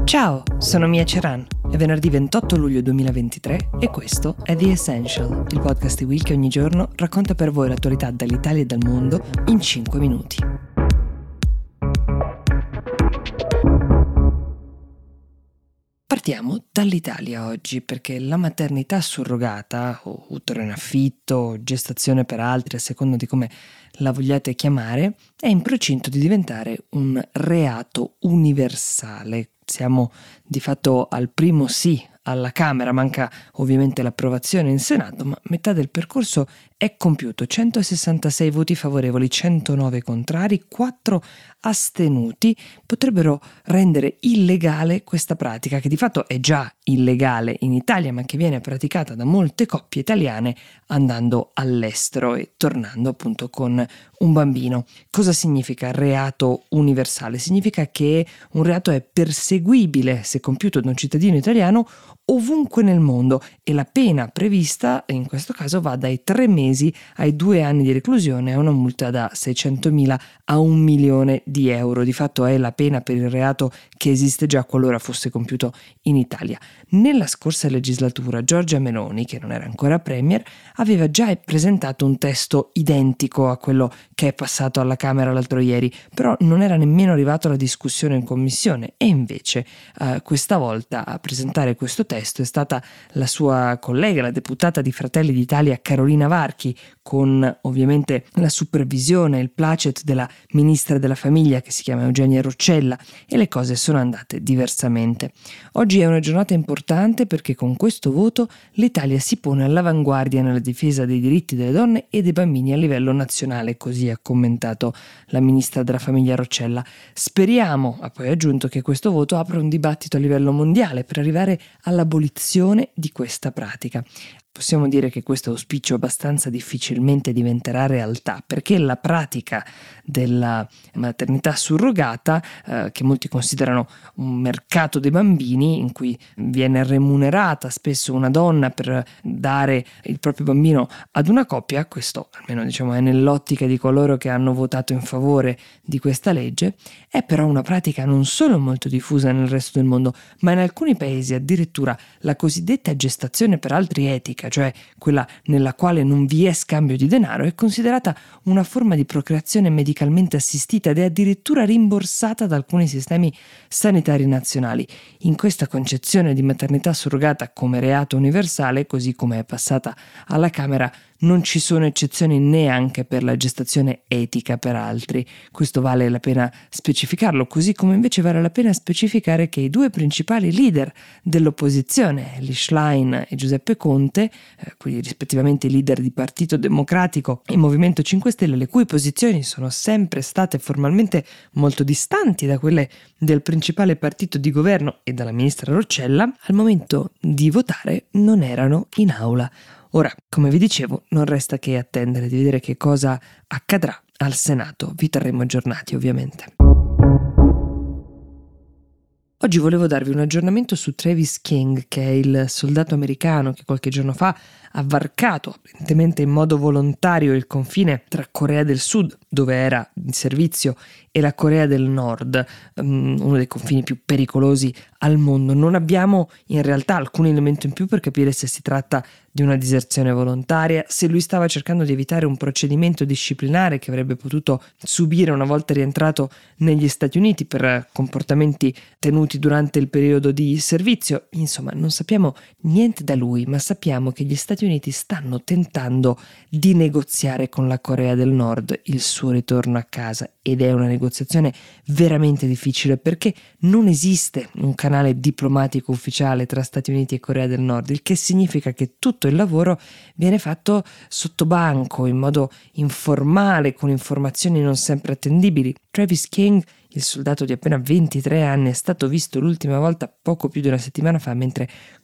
Ciao, sono Mia Ceran. È venerdì 28 luglio 2023 e questo è The Essential, il podcast di Will che ogni giorno racconta per voi l'attualità dall'Italia e dal mondo in 5 minuti. Partiamo dall'Italia oggi perché la maternità surrogata o utero in affitto o gestazione per altri, a seconda di come la vogliate chiamare, è in procinto di diventare un reato universale. Siamo di fatto al primo sì alla Camera, manca ovviamente l'approvazione in Senato, ma metà del percorso è compiuto. 166 voti favorevoli, 109 contrari, 4 astenuti potrebbero rendere illegale questa pratica, che di fatto è già illegale in Italia, ma che viene praticata da molte coppie italiane andando all'estero e tornando appunto con un bambino. Cosa significa reato universale? Significa che un reato è perseguibile se compiuto da un cittadino italiano ovunque nel mondo e la pena prevista in questo caso va dai 3 mesi ai 2 anni di reclusione e una multa da 600.000 a 1 milione di euro. Di fatto è la pena per il reato che esiste già qualora fosse compiuto in Italia. Nella scorsa legislatura Giorgia Meloni, che non era ancora premier, aveva già presentato un testo identico a quello che è passato alla Camera l'altro ieri, però non era nemmeno arrivato alla discussione in commissione e invece questa volta a presentare questo testo è stata la sua collega, la deputata di Fratelli d'Italia Carolina Varchi, con ovviamente la supervisione e il placet della ministra della famiglia che si chiama Eugenia Roccella, e le cose sono andate diversamente. Oggi è una giornata importante perché con questo voto l'Italia si pone all'avanguardia nella difesa dei diritti delle donne e dei bambini a livello nazionale, così ha commentato la ministra della famiglia Roccella. Speriamo, ha poi aggiunto, che questo voto apra un dibattito a livello mondiale per arrivare all'abolizione di questa pratica. Possiamo dire che questo auspicio abbastanza difficilmente diventerà realtà, perché la pratica della maternità surrogata, che molti considerano un mercato dei bambini in cui viene remunerata spesso una donna per dare il proprio bambino ad una coppia, questo almeno diciamo è nell'ottica di coloro che hanno votato in favore di questa legge, è però una pratica non solo molto diffusa nel resto del mondo, ma in alcuni paesi addirittura la cosiddetta gestazione per altri etica, cioè quella nella quale non vi è scambio di denaro, è considerata una forma di procreazione medicalmente assistita ed è addirittura rimborsata da alcuni sistemi sanitari nazionali. In questa concezione di maternità surrogata come reato universale, così come è passata alla Camera, non ci sono eccezioni neanche per la gestazione etica per altri. Questo vale la pena specificarlo, così come invece vale la pena specificare che i due principali leader dell'opposizione, Elly Schlein e Giuseppe Conte, quindi rispettivamente leader di Partito Democratico e Movimento 5 Stelle, le cui posizioni sono sempre state formalmente molto distanti da quelle del principale partito di governo e dalla ministra Roccella, al momento di votare non erano in aula. Ora, come vi dicevo, non resta che attendere di vedere che cosa accadrà al Senato. Vi terremo aggiornati, ovviamente. Oggi volevo darvi un aggiornamento su Travis King, che è il soldato americano che qualche giorno fa ha varcato, apparentemente in modo volontario, il confine tra Corea del Sud, dove era in servizio, e la Corea del Nord, uno dei confini più pericolosi al mondo. Non abbiamo in realtà alcun elemento in più per capire se si tratta di una diserzione volontaria, se lui stava cercando di evitare un procedimento disciplinare che avrebbe potuto subire una volta rientrato negli Stati Uniti per comportamenti tenuti durante il periodo di servizio. Insomma, non sappiamo niente da lui, ma sappiamo che gli Stati Uniti stanno tentando di negoziare con la Corea del Nord il suo ritorno a casa, ed è una negoziazione veramente difficile perché non esiste un canale diplomatico ufficiale tra Stati Uniti e Corea del Nord, il che significa che tutto il lavoro viene fatto sotto banco, in modo informale, con informazioni non sempre attendibili. Travis King, il soldato di appena 23 anni, è stato visto l'ultima volta poco più di una settimana fa mentre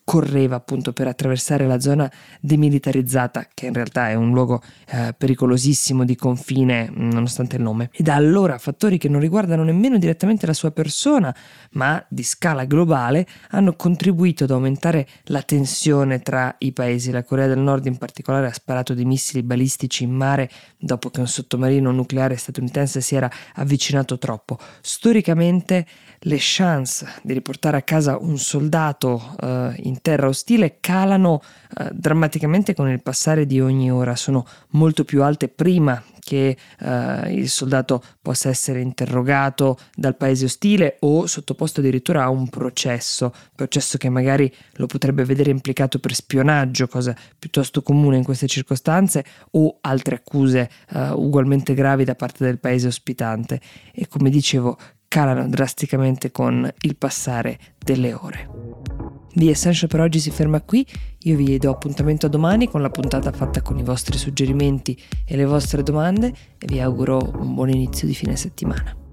correva appunto per attraversare la zona demilitarizzata, che in realtà è un luogo pericolosissimo di confine nonostante il nome. E da allora fattori che non riguardano nemmeno direttamente la sua persona, ma di scala globale, hanno contribuito ad aumentare la tensione tra i paesi. La Corea del Nord in particolare ha sparato dei missili balistici in mare dopo che un sottomarino nucleare statunitense si era avvicinato troppo. Storicamente le chance di riportare a casa un soldato in terra ostile calano drammaticamente con il passare di ogni ora, sono molto più alte prima che il soldato possa essere interrogato dal paese ostile o sottoposto addirittura a un processo che magari lo potrebbe vedere implicato per spionaggio, cosa piuttosto comune in queste circostanze, o altre accuse ugualmente gravi da parte del paese ospitante. E come dicevo, calano drasticamente con il passare delle ore. The Essential per oggi si ferma qui, io vi do appuntamento a domani con la puntata fatta con i vostri suggerimenti e le vostre domande e vi auguro un buon inizio di fine settimana.